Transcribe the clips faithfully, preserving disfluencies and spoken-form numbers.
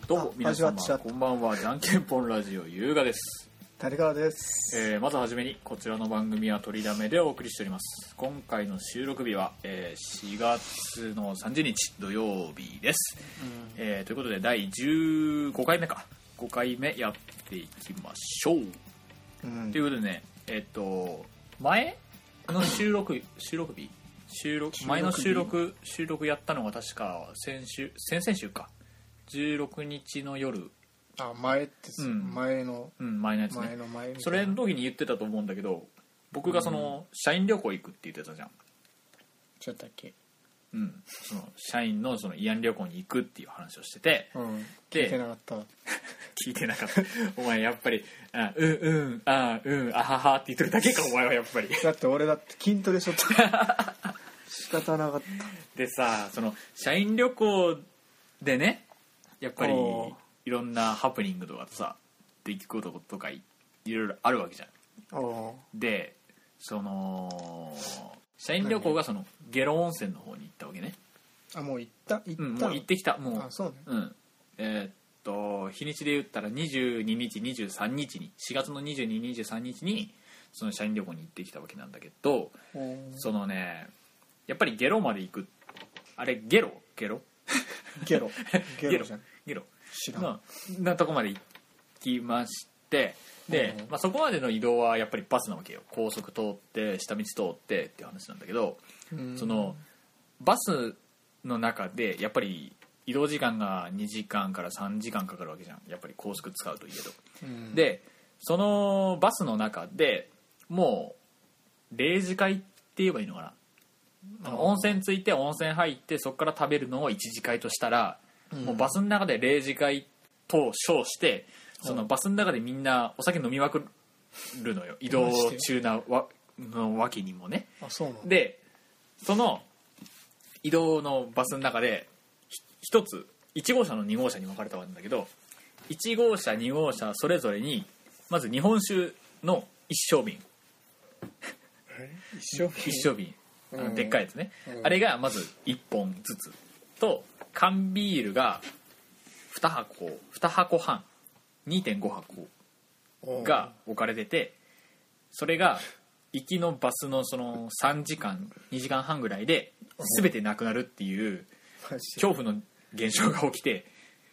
どうも皆様こんばんは。じゃんけんぽんラジオ優雅です。 谷川です。 えー、まずはじめにこちらの番組は取りだめでお送りしております。今回の収録日は、えー、しがつのさんじゅうにち土曜日です、うんえー、ということでだいじゅうごかいめかごかいめやっていきましょう、うん、ということでねえっ、ー、と前の収録収録日収録前の収録収録やったのが確か先週先々週かじゅうろくにちの夜。 あ、前って、うん、前の、 うん、前のやつね。 前の前みたいな。 それの時に言ってたと思うんだけど、僕がその、うん、社員旅行行くって言ってたじゃん。 ちょっとだっけ。 うん、その社員のその慰安旅行に行くっていう話をしてて、 うん、聞いてなかった聞いてなかったお前やっぱりあうんうんあうんあははって言ってるだけかお前はやっぱりだって俺だって筋トレしとった仕方なかったでさ、その社員旅行でねやっぱりいろんなハプニングとかさ出来事とかいろいろあるわけじゃん。でその社員旅行がその下呂温泉の方に行ったわけね。 あ、もう行った行った、うん、 もう行ってきた。もう、 あ、そうね。 うん。えー、っと日にちで言ったらにじゅうににちにじゅうさんにちにしがつのにじゅうに、にじゅうさんにちにその社員旅行に行ってきたわけなんだけど、そのねやっぱり下呂まで行くあれゲロゲロゲロゲロじゃんゲロ知らんなとこまで行きまして、で、まあ、そこまでの移動はやっぱりバスなわけよ。高速通って下道通ってっていう話なんだけど、そのバスの中でやっぱり移動時間がにじかんからさんじかんかかるわけじゃん、やっぱり高速使うといえど、うん、でそのバスの中でもうれいじ会って言えばいいのかな、あの温泉着いて温泉入ってそこから食べるのをいちじ会としたら、うん、もうバスの中でれいじ会と称してそのバスの中でみんなお酒飲みまくるのよ、移動中なわのわけにもね。 あ、そうなの。 でその移動のバスの中で一ついち号車のに号車に分かれたんだけど、いち号車に号車それぞれにまず日本酒の一升瓶一升瓶一升瓶あのでっかいやつね、うん、あれがまずいっぽんずつと缶ビールがにはこにはこはん にてんごはこが置かれてて、それが行きのバスのそのさんじかんにじかんはんぐらいで全てなくなるっていう恐怖の現象が起きて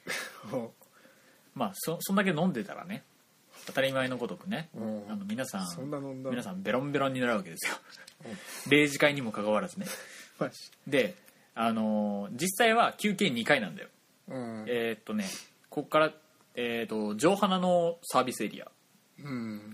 まあ そ, そんだけ飲んでたらね当たり前のごとくね、あの皆さんそんな飲んだ皆さんベロンベロンになるわけですよれいじ会にもかかわらずねで、あのー、実際は休憩にかいなんだよ、うん、えー、っとねここから、えー、っと城花のサービスエリア、うん、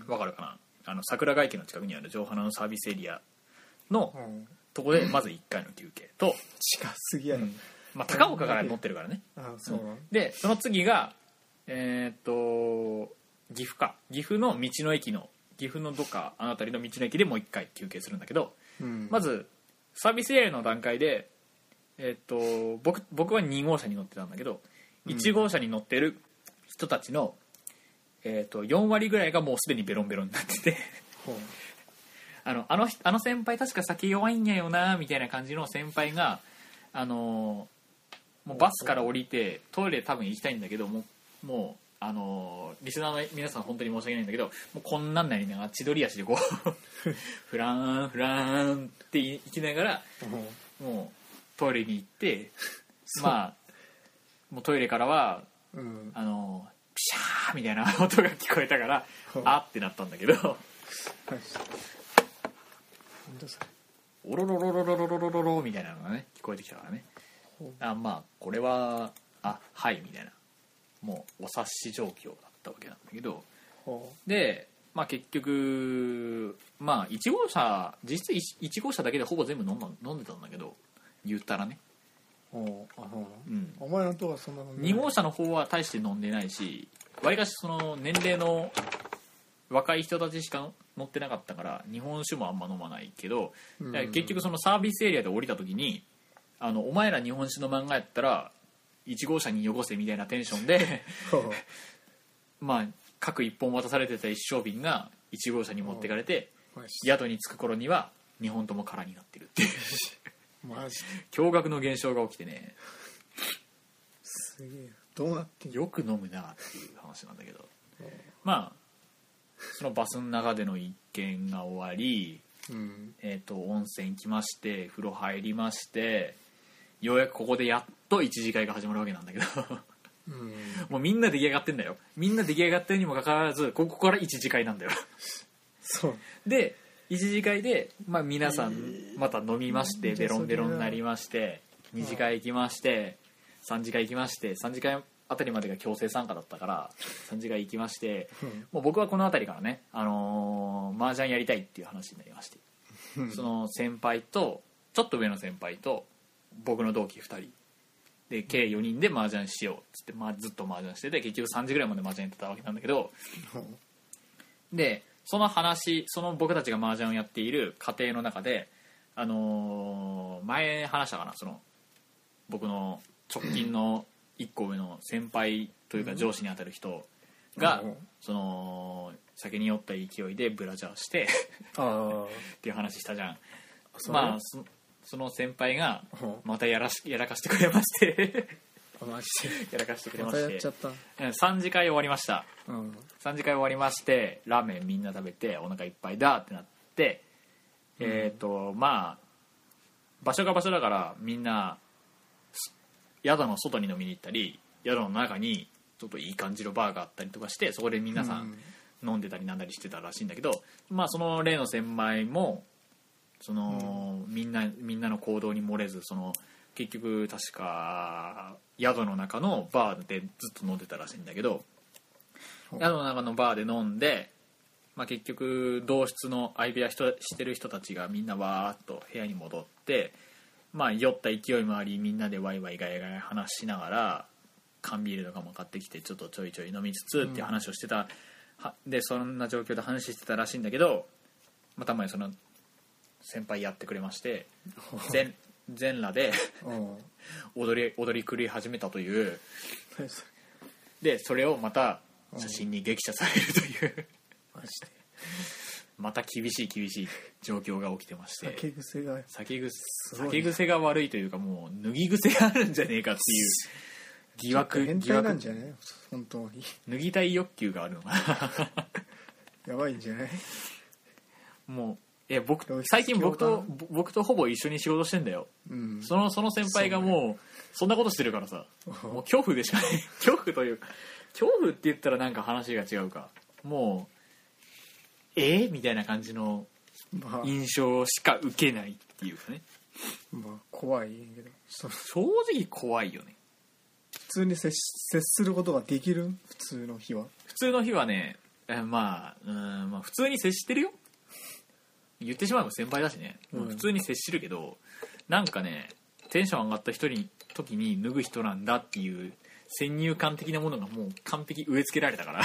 わかるかな、あの桜ヶ池の近くにある城花のサービスエリアのとこでまずいっかいの休憩と近すぎやろ、うんまあ、高岡から乗ってるからね。 ああそう、うん、 でその次がえー、っと岐阜か岐阜の道の駅の岐阜のどっかあの辺りの道の駅でもういっかい休憩するんだけど、うん、まずサービスエリアの段階で、えー、っと 僕, 僕はに号車に乗ってたんだけど、いち号車に乗ってる人たちの、えー、っとよんわりぐらいがもうすでにベロンベロンになっててあのあのあの先輩確か酒弱いんやよなみたいな感じの先輩があのもうバスから降りてトイレ多分行きたいんだけどもうもうあのリスナーの皆さん本当に申し訳ないんだけどもうこんなんなりながら千鳥足でこうフラーンフラーンって行きながらもうトイレに行ってまあもうトイレからは、うん、あのピシャーみたいな音が聞こえたからあってなったんだけどオロロロロロロロロロロみたいなのがね聞こえてきたからね、あまあこれはあはいみたいなもうお察し状況だったわけなんだけど、でまあ結局まあいち号車実質いち号車だけでほぼ全部飲んだ飲んでたんだけど言ったらね、 おあそう、うん、お前のとこはそんな飲んでない。 に号車の方は大して飲んでないし、わりかしその年齢の若い人たちしか乗ってなかったから日本酒もあんま飲まないけど、うん、結局そのサービスエリアで降りた時にあのお前ら日本酒の漫画やったらいち号車によこせみたいなテンションでまあ各いっぽん渡されてた一升瓶がいち号車に持ってかれて宿に着く頃にはにほんとも空になってるっていうマジ驚愕の現象が起きてね、 すげえどうなってんの。 よく飲むなっていう話なんだけど、まあそのバスの中での一件が終わり、 うんえー、と温泉来まして風呂入りまして、ようやくここでやっと一次会が始まるわけなんだけどうん、 もうみんな出来上がってんだよ。みんな出来上がってるにもかかわらずここから一次会なんだよそうで一次会で、まあ、皆さんまた飲みまして、ベロンベロンになりまして、二次会行きまして、三次会行きまして、三次会あたりまでが強制参加だったから三次会行きまして、 うん、 もう僕はこのあたりからね、あのー、麻雀やりたいっていう話になりまして、 うん、 その先輩とちょっと上の先輩と僕の同期ふたりで計よにんで麻雀しようっつって、まあ、ずっと麻雀してて、結局さんじぐらいまで麻雀やってたわけなんだけど、でその話、その僕たちが麻雀をやっている過程の中で、あのー、前話したかな、その僕の直近のいっこ上の先輩というか上司にあたる人が、 うん、 その酒に酔った勢いでブラジャーしてあっていう話したじゃん。 そまあ そ, その先輩がうんまたやらしやらかしてくれましてマジでやらかしてくれままたして、 やっちゃった。 うんさん次会終わりました。 うんさん次会終わりまして、ラーメンみんな食べてお腹いっぱいだってなって、 うん、 えっ、ー、とまあ場所が場所だからみんな宿の外に飲みに行ったり、宿の中にちょっといい感じのバーがあったりとかして、そこで皆さん飲んでたりなんだりしてたらしいんだけど、まあその例の先輩もその、うん、みんなみんなの行動に漏れず、その結局確か宿の中のバーでずっと飲んでたらしいんだけど、宿の中のバーで飲んで、まあ、結局同室の相部屋してる人たちがみんなわーっと部屋に戻って、まあ、酔った勢いもあり、みんなでワイワイガヤガヤ話しながら缶ビールとかも買ってきてちょっとちょいちょい飲みつつっていう話をしてた、うん、でそんな状況で話してたらしいんだけど、まあ、たまにその先輩やってくれまして全全裸で踊り踊り狂い始めたという。でそれをまた写真に激写されるというマジでまた厳しい厳しい状況が起きてまして、 酒癖が酒癖酒癖が悪いというか、もう脱ぎ癖があるんじゃねえかっていう疑惑変態なんじゃない本当に。 脱ぎたい欲求があるのかなやばいんじゃない。 もういや僕最近僕と僕とほぼ一緒に仕事してんだよ、うん、そのその先輩がもうそんなことしてるからさ、もう恐怖でしかない恐怖というか、恐怖って言ったらなんか話が違うか、もうえー、みたいな感じの印象しか受けないっていうかね、 まあ怖いけど正直怖いよね。 普通に接接することができる。普通の日は普通の日はね、えまあうん、まあ普通に接してるよ。言ってしまえば先輩だしね、うん、普通に接してるけど、なんかねテンション上がった人に時に脱ぐ人なんだっていう先入観的なものがもう完璧植え付けられたから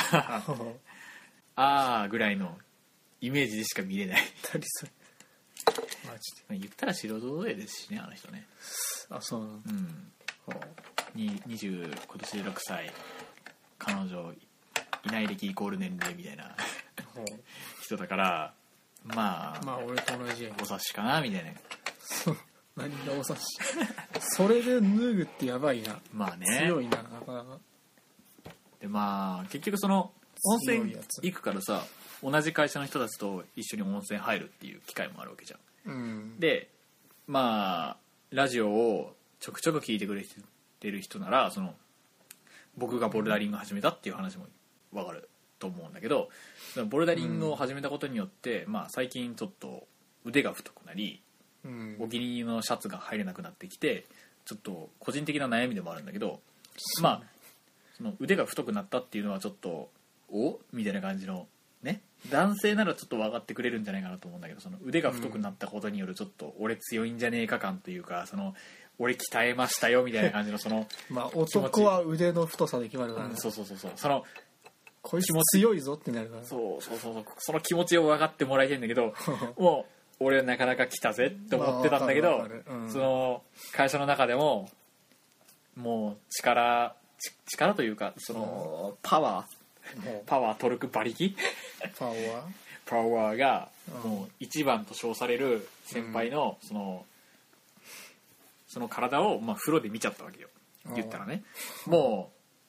あーぐらいのイメージでしか見れない何それマジで。言ったら素人同盟ですしね、あの人ね。 あ、そうなの。 うんににじゅう今年でろくさい、彼女いない歴イコール年齢みたいな人だから、まあまあ俺と同じやん。 お察しかなみたいな。 そう何がお察しそれで脱ぐってやばいな。 まあね、 強いな、なかなか。 でまあ結局その温泉行くからさ、同じ会社の人たちと一緒に温泉入るっていう機会もあるわけじゃん、うん、でまあラジオをちょくちょく聞いてくれてる人なら、その僕がボルダリング始めたっていう話も分かると思うんだけど、ボルダリングを始めたことによって、うん、まあ最近ちょっと腕が太くなり、うん、お気に入りのシャツが入れなくなってきて、ちょっと個人的な悩みでもあるんだけど、まあその腕が太くなったっていうのはちょっとおみたいな感じのね、男性ならちょっと分かってくれるんじゃないかなと思うんだけど、その腕が太くなったことによるちょっと俺強いんじゃねえか感というか、その俺鍛えましたよみたいな感じのそのまあ男は腕の太さで決まるから、ね、 うん、そうそうそうそう、そのこいつ強いぞってなるから、 そうそうそうそう、その気持ちを分かってもらいたいんだけどもう俺はなかなか来たぜって思ってたんだけど、まあうん、その会社の中でももう力力というかそのパワーパワートルク馬力パワーパワーがもう一番と称される先輩のその、うん、その体をまあ風呂で見ちゃったわけよ、言ったらね。もう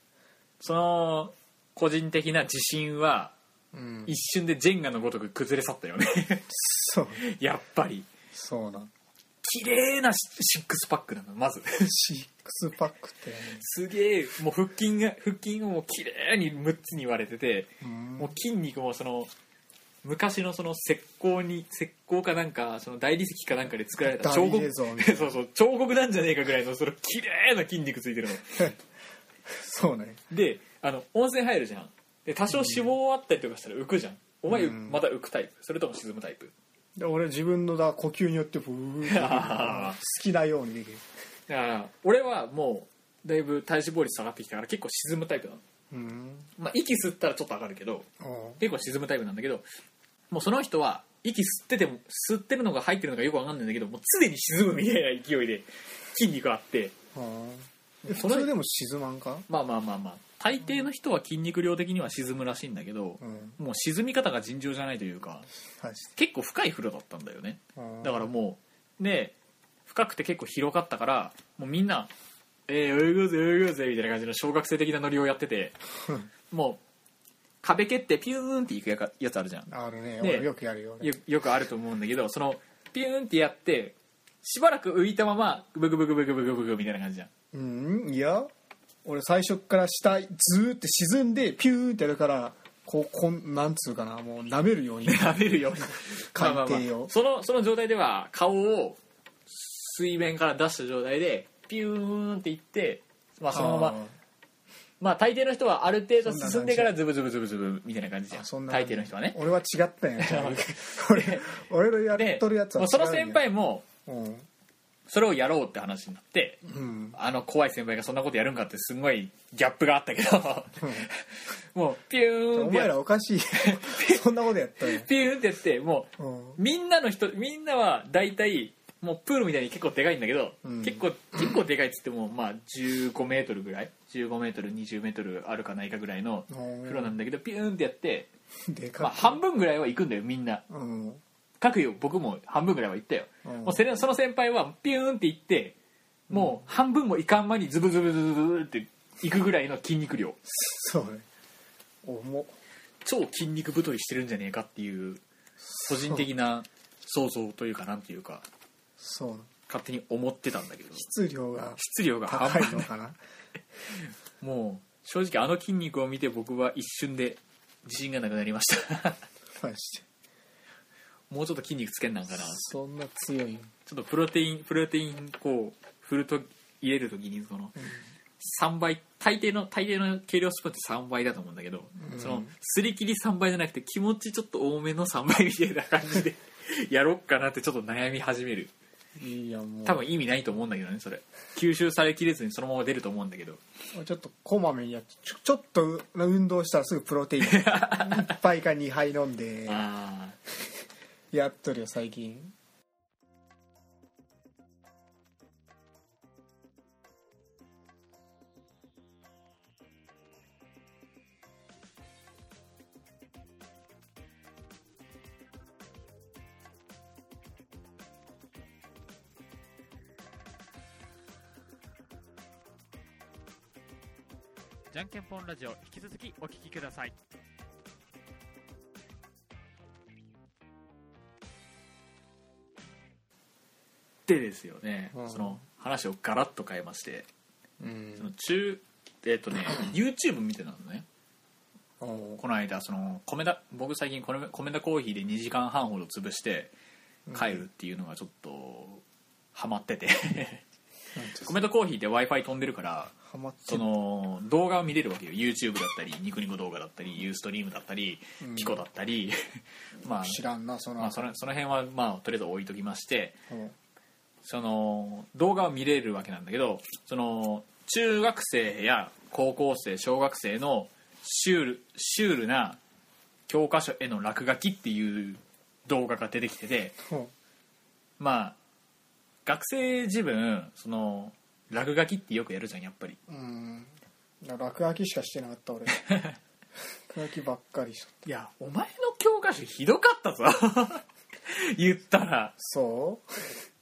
その個人的な自信は、 うん、 一瞬でジェンガのごとく崩れ去ったよねそうやっぱりそうなん綺麗なシックスパックなのまずシックスパックって、ね、 すげえもう腹筋が腹筋がもう綺麗にむっつに割れてて、 うん、 もう筋肉もその昔のその石膏に石膏かなんかその大理石かなんかで作られた彫刻そうそう彫刻なんじゃねえかぐらいのその綺麗な筋肉ついてるのそうねであの温泉入るじゃんで多少脂肪あったりとかしたら浮くじゃん、お前、うん、また浮くタイプそれとも沈むタイプで俺自分のだ呼吸によってブーッ好きなようにできるだから俺はもうだいぶ体脂肪率下がってきたから結構沈むタイプなの、うん、まあ息吸ったらちょっと上がるけど結構沈むタイプなんだけどもうその人は息吸ってても吸ってるのが入ってるのかよく分かんないんだけどもう常に沈むみたいな勢いで筋肉あってそれでも沈まんかまあまあまあまあ大抵の人は筋肉量的には沈むらしいんだけど、うん、もう沈み方が尋常じゃないというか、はい、結構深い風呂だったんだよねだからもうで深くて結構広かったからもうみんな「えー、泳ごうぜ泳ごうぜ」みたいな感じの小学生的なノリをやっててもう壁蹴ってピューンっていくやつあるじゃんあるね俺よくやるよよ, よくあると思うんだけどそのピューンってやってしばらく浮いたままブクブクブクブクブクみたいな感じじゃんうんいや俺最初から下ずーって沈んでピューンってやるからこうこんなんつうかなもう舐めるように舐めるように海底を、まあまあまあ、 そのその状態では顔を水面から出した状態でピューンっていって、まあ、そのまままあ大抵の人はある程度進んでからズブズブズブズブみたいな感じじゃん。そんな大抵の人はね。 俺は違ったんや俺俺のやっとるやつは違う。 その先輩もそれをやろうって話になって、うん、あの怖い先輩がそんなことやるんかってすごいギャップがあったけど、うん、もうピューンってお前らおかしいそんなことやったんやピューンってやってもう、うん、みんなの人みんなは大体もうプールみたいに結構でかいんだけど、うん、結構結構でかいっつってもまあじゅうごメートルぐらいじゅうごメートルにじゅうメートルあるかないかぐらいの風呂なんだけどピューンってやってまあ、半分ぐらいは行くんだよみんな、うん、各よ僕も半分ぐらいは行ったよ、うん、もうそれその先輩はピューンって行ってもう半分もいかん間にズブズブズブズブって行くぐらいの筋肉量そうね重超筋肉太りしてるんじゃねえかっていう個人的な想像というかなんていうかそう勝手に思ってたんだけど質量が質量が高いのかなもう正直あの筋肉を見て僕は一瞬で自信がなくなりましたマジでもうちょっと筋肉つけんなんかなそんな強いちょっとプロテインプロテインこう振ると入れるときにその、うん、さんばい大抵の大抵の計量スプーンってさんばいだと思うんだけど、うん、そのすり切りさんばいじゃなくて気持ちちょっと多めのさんばいみたいな感じでやろっかなってちょっと悩み始める。 いやもう多分意味ないと思うんだけどねそれ吸収されきれずにそのまま出ると思うんだけどちょっとこまめにやってちょ、ちょっと運動したらすぐプロテインいっぱいかにはい飲んであやっとるよ最近。 じゃんけんぽんラジオ引き続きお聞きください。でですよね、うん、その話をガラッと変えまして、うん、その中えっ、ー、とねYouTube 見てたのねこの間その米田僕最近米田コーヒーでにじかんはんほど潰して帰るっていうのがちょっとハマってて米田コーヒーって Wi-Fi 飛んでるからその動画を見れるわけよ YouTube だったりニコニコ動画だったり Ustream だったり、うん、ピコだったりまあ知らんなその、 まあ、そのその辺はまあとりあえず置いときまして、うん、その動画を見れるわけなんだけどその中学生や高校生小学生のシュールシュールな教科書への落書きっていう動画が出てきてて、うん、まあ学生自分その落書きってよくやるじゃんやっぱり。 うん落書きしかしてなかった俺落書きばっかりしとった。 いやお前の教科書ひどかったぞ言ったら。 そう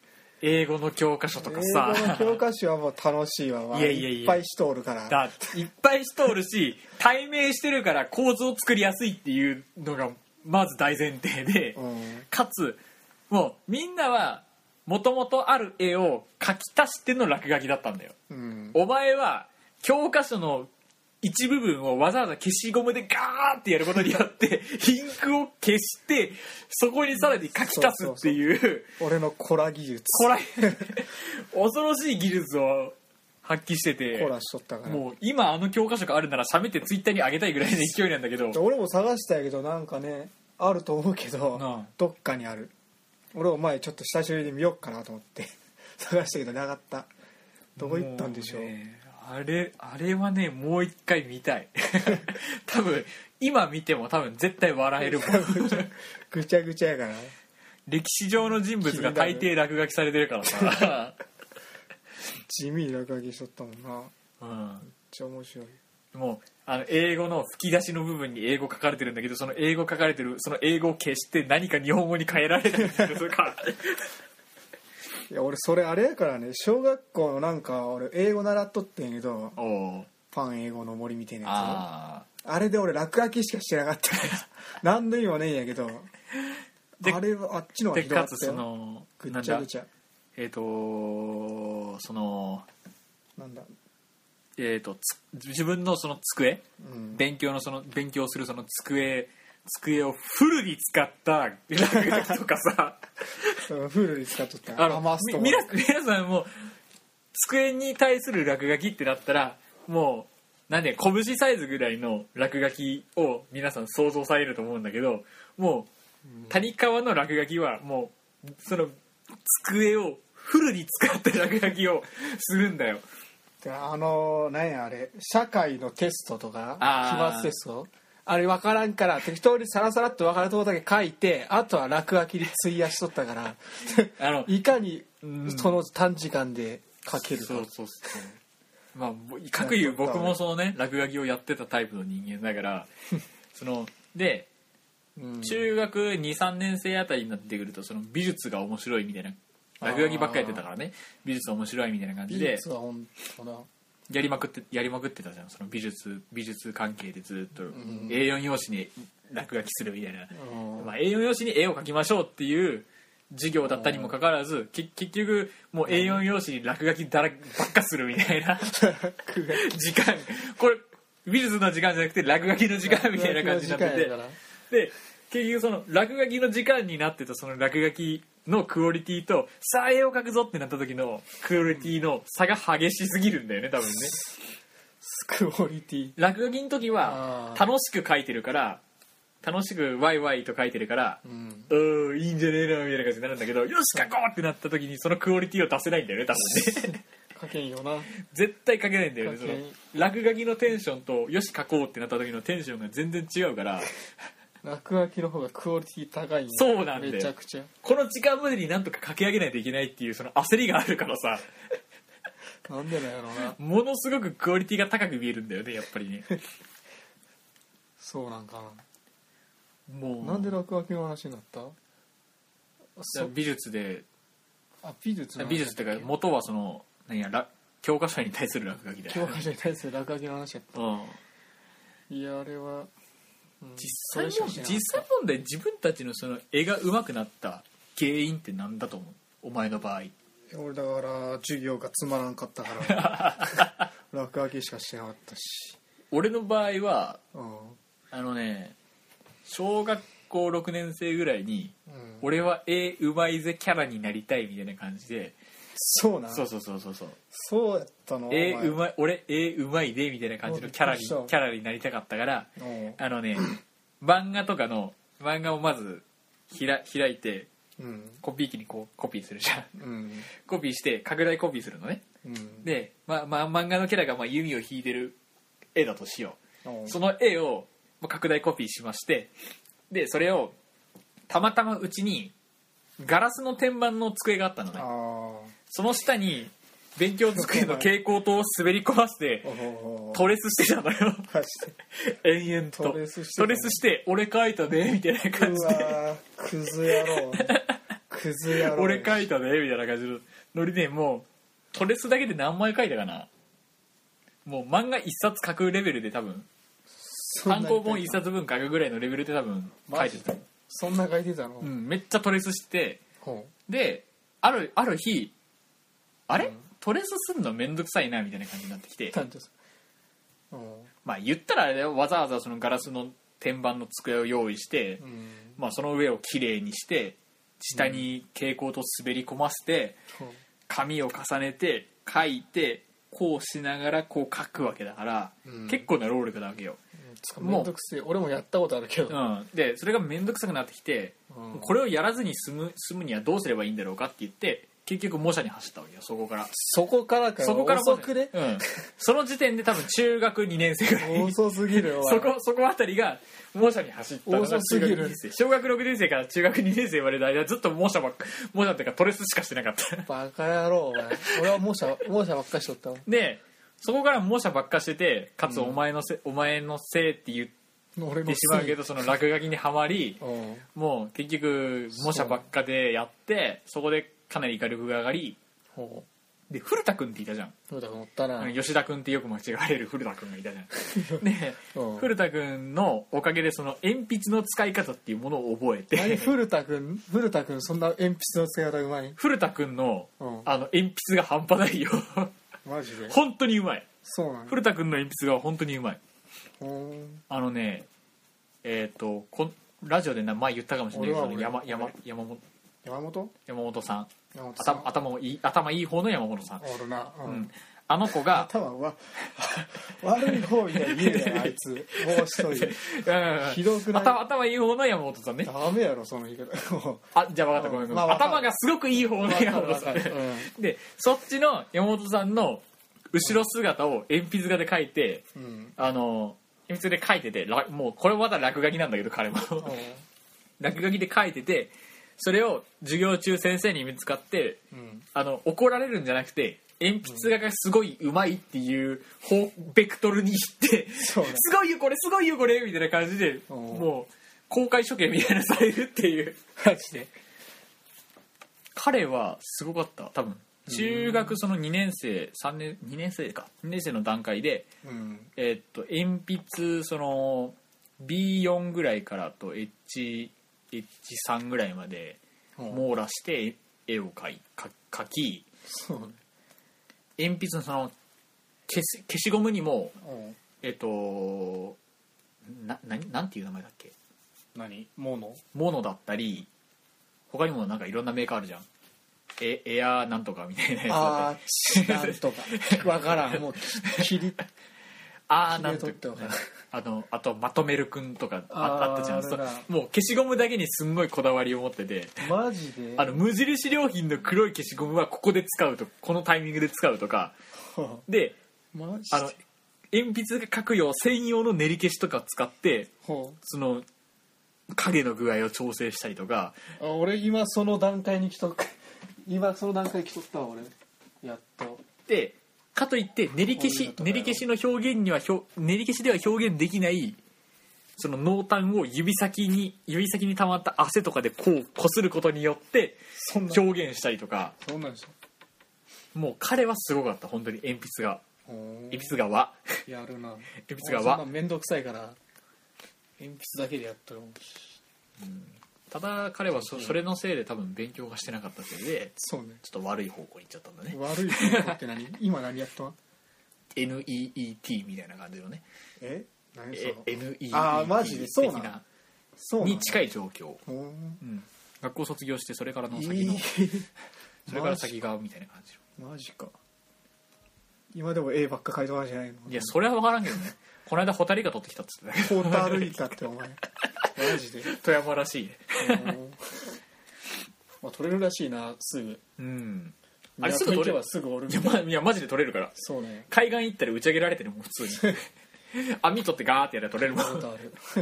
英語の教科書とかさ、 英語の教科書はもう楽しいわ。 いやいやいやいっぱいしとおるから。 だいっぱいしとおるし対面してるから構図を作りやすいっていうのがまず大前提で、うん、かつもうみんなはもともとある絵を描き足しての落書きだったんだよ、うん、お前は教科書の一部分をわざわざ消しゴムでガーってやることによってインクを消してそこにさらに書き足すっていう、そうそうそう俺のコラ技術コラ恐ろしい技術を発揮してて、 コラしとったから、 もう今あの教科書があるなら喋ってツイッターに上げたいぐらいの勢いなんだけど俺も探したけどなんかねあると思うけど、うん、どっかにある。俺も前ちょっと久しぶりに見よっかなと思って探したけどなかった。どこ行ったんでしょう。 あれあれはねもう一回見たい多分今見ても多分絶対笑えるもんぐちゃぐちゃやから歴史上の人物が大抵落書きされてるからさ地味に落書きしとったもんな、うん、めっちゃ面白い。 もうあの英語の吹き出しの部分に英語書かれてるんだけどその英語書かれてるその英語を消して何か日本語に変えられたりするとかいや俺それあれやからね、小学校のなんか俺英語習っとってんけどパン英語の森みたいなやつ あ, あれで俺落書きしかしてなかったから何の意味もねえんやけどあれはあっちの方がひどかったよ。 でかつそのぐっちゃぐちゃえっ、ー、とそのなんだえーと自分のその机、うん、勉強のその勉強するその机机をフルに使った落書きとかさフルに使っとったあの皆さんも机に対する落書きってなったらもうなんで拳サイズぐらいの落書きを皆さん想像されると思うんだけど、もう谷川の落書きはもうその机をフルに使った落書きをするんだよ。 あの何やあれ社会のテストとか期末テストあれ分からんから適当にサラサラっと分かるところだけ書いてあとは落書きに費やしとったからあのいかにその短時間で書けるか。 そうそうそうまあかくいう僕もそのね落書きをやってたタイプの人間だからそので、うん、中学 にさんねん生あたりになってくるとその美術が面白いみたいな落書きばっかりやってたからね美術面白いみたいな感じで美術は本当だやりまくってやりまくってたじゃん。その美術美術関係でずっと エーよん 用紙に落書きするみたいな、うんまあ、エーよん 用紙に絵を描きましょうっていう授業だったにもかかわらず結局もう エーよん 用紙に落書きだらばっかするみたいな時間これ美術の時間じゃなくて落書きの時間みたいな感じになっててで結局その落書きの時間になってたその落書きのクオリティとさあ絵を描くぞってなった時のクオリティの差が激しすぎるんだよね多分ね。 クオリティ落書きの時は楽しく描いてるから楽しくワイワイと描いてるから、うん、うんいいんじゃねえなみたいな感じになるんだけどよし描こうってなった時にそのクオリティを出せないんだよね多分ね。 描けんよな絶対描けないんだよね。その落書きのテンションとよし描こうってなった時のテンションが全然違うから落書きの方がクオリティ高いんそうなんだよ。 めちゃくちゃこの時間までになんとか書き上げないといけないっていうその焦りがあるからさなんでなんやろうなものすごくクオリティが高く見えるんだよねやっぱりねそうなんかな。 もうなんで落書きの話になった？ 美術であ美術の美術ってか元はその何や教科書に対する落書きだよ。 教科書に対する落書きの話やった、うん、いやあれは実際も実際問題自分たちのその絵が上手くなった原因って何だと思うお前の場合。 俺だから授業がつまらんかったから落書きしかしてなかったし。 俺の場合は、 うん、 あのね小学校ろくねん生ぐらいに、うん、俺は絵うまいぜキャラになりたいみたいな感じで。 そうなんそうそうそうそうそうそうやったの。 絵うまい俺絵うまいでみたいな感じのキャラにキャラになりたかったからあのね漫画とかの漫画をまずひら開いて、うん、コピー機にこうコピーするじゃん、うん、コピーして拡大コピーするのね、うん、で、ままあ、漫画のキャラがまあ弓を引いてる絵だとしよう。その絵を拡大コピーしましてでそれをたまたまうちにガラスの天板の机があったのね。あその下に勉強机の蛍光灯を滑り込ませてトレスしてたのよ延々とトレスして、トレスして俺描いたねみたいな感じで。 うわクズ野郎ククズ野郎俺書いたでみたいな感じのノリで、もうトレスだけで何枚書いたかな。もう漫画一冊書くレベルで多分単行本一冊分書くぐらいのレベルで多分書いてた。 そんな書いてたの？ うん、めっちゃトレスして、であるある日あれ、うん、トレスすんのめんどくさいなみたいな感じになってきて、うん、まあ言ったらあれだよ、わざわざそのガラスの天板の机を用意して、うん、まあその上をきれいにして下に蛍光と滑り込ませて、うん、紙を重ねて書いてこうしながらこう書くわけだから、うん、結構な労力なわけよ。 めんどくせえ。俺もやったことあるけど、 うん、でそれがめんどくさくなってきて、うん、これをやらずに済む、済むにはどうすればいいんだろうかって言って結局模写に走ったわけよ。そこからそこからかそこから遅くね、 うん、その時点で多分中学にねん生ぐらい遅すぎるよそこそこあたりが模写に走ったのが遅すぎる。 小学ろくねん生から中学にねん生までの間ずっと模写ばっか模写っていうかトレスしかしてなかったバカ野郎お前。俺は模写模写ばっかしとったわ。 でそこから模写ばっかしてて、かつお前のせ、うん、お前のせいって言ってってしまうけど、その落書きにはまりもう結局模写ばっかでやって、そこでかなり火力が上がり、で古田君っていたじゃん。 古田君おったな。 吉田君ってよく間違われる古田君がいたじゃんで古田君のおかげでその鉛筆の使い方っていうものを覚えて。 何古田君古田君そんな鉛筆の使い方うまい？ 古田君の、うん、あの鉛筆が半端ないよマジで本当にうまい。 そうなんだ。 古田君の鉛筆が本当にうまい。あのねえっ、ー、とこラジオで前言ったかもしれないけど、山山山本山本山本さん、山本さん 頭, 頭いい頭いい方の山本さん。 おるな、うんうん、 あの子が頭は悪い方みたいに言えよあいつ。もう一人ひどくない？ 頭, 頭いい方の山本さんね。 ダメやろその言い方あじゃあ分かったごめんごめん、まあ、頭がすごくいい方の山本さん、うん、でそっちの山本さんの後ろ姿を鉛筆画で描いて、うん、あの鉛筆で描いてて、もうこれまた落書きなんだけど彼も落書きで描いてて、それを授業中先生に見つかって、うん、あの怒られるんじゃなくて鉛筆画がすごいうまいっていう方ベクトルにいって、すごいよこれすごいよこれみたいな感じでもう公開処刑みたいなされるっていう感じで、彼はすごかった。多分中学そのにねん生さんねんにねん生かにねん生の段階で、うん、えー、っと鉛筆その ビーよん ぐらいからと エイチエイチスリー ぐらいまで網羅して絵を描い描き、そう鉛筆のその消し、消しゴムにも、えー、っとな何なんていう名前だっけ？ 何？モノ？ モノだったり他にもなんかいろんなメーカーあるじゃん。エ, エアーなんとかみたいなやつああなんとか分からんもう切りああなんとかあのあとまとめるくんとか あ, あったじゃん。そうもう消しゴムだけにすんごいこだわりを持ってて、 マジであの無印良品の黒い消しゴムはここで使うとこのタイミングで使うとかで、 マジであの鉛筆が描く用専用の練り消しとか使ってその影の具合を調整したりとか。 あ俺今その段階に来とく今その段階来とったわ俺やっと。 でかといって練り消し練り消しの表現には練り消しでは表現できないその濃淡を指先に指先に溜まった汗とかでこうこすることによって表現したりとか。 そうなんですよ。 もう彼はすごかった本当に鉛筆が鉛筆がはやるな鉛筆がはそんな面倒くさいから鉛筆だけでやっとるもん、 うんただ彼は そ, それのせいで多分勉強がしてなかったせいでそう、ね、 ちょっと悪い方向に行っちゃったんだね。 悪い方向って何今何やったの？ エヌイーイーティー みたいな感じのね。 え何そのエヌイーイーティーあーマジでそうなのそうに近い状況、うん、学校卒業してそれからの先の、えー、それから先がみたいな感じ。 マジか。今でも絵ばっか描いとかじゃないの？ いやそれは分からんけどねこの間ホタルイカ取ってきたっつってホタルイカってお前マジで富山らしいねまあ、取れるらしいなすぐ。 うんあれすぐ取ればすぐおるみたいな。 いや、ま、いやマジで取れるから。 そうね。 海岸行ったら打ち上げられてるもん普通に網取ってガーってやれば取れるもんそうなの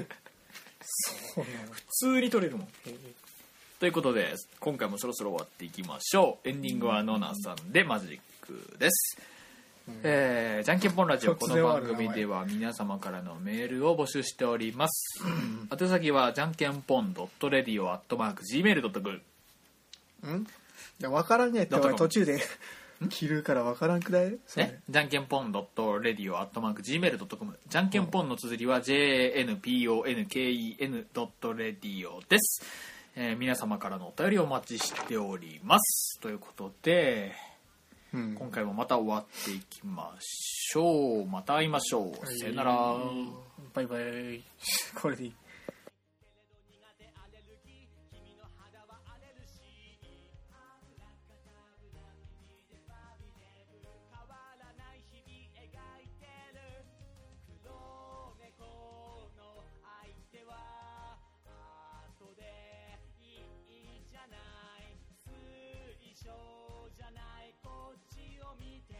普通に取れるもん。ということで今回もそろそろ終わっていきましょう。エンディングはノナさんでマジックです。うんえー、じゃんけんぽんラジオこの番組では皆様からのメールを募集しております。宛先はじゃんけんぽん .radio アットマーク ジーメール ドットコムんいや分からんねって俺途中で切るから分からんくらいえじゃんけんぽん .radio アットマーク ジーメール ドットコム じゃんけんぽんの綴りは ジェーエヌピーオーエヌケーイーエヌ ドット radio です、えー、皆様からのお便りをお待ちしておりますということで、うん、今回もまた終わっていきましょう。また会いましょう、はい、さよなら、 バイバイ。これでいい。じゃないこっちを見て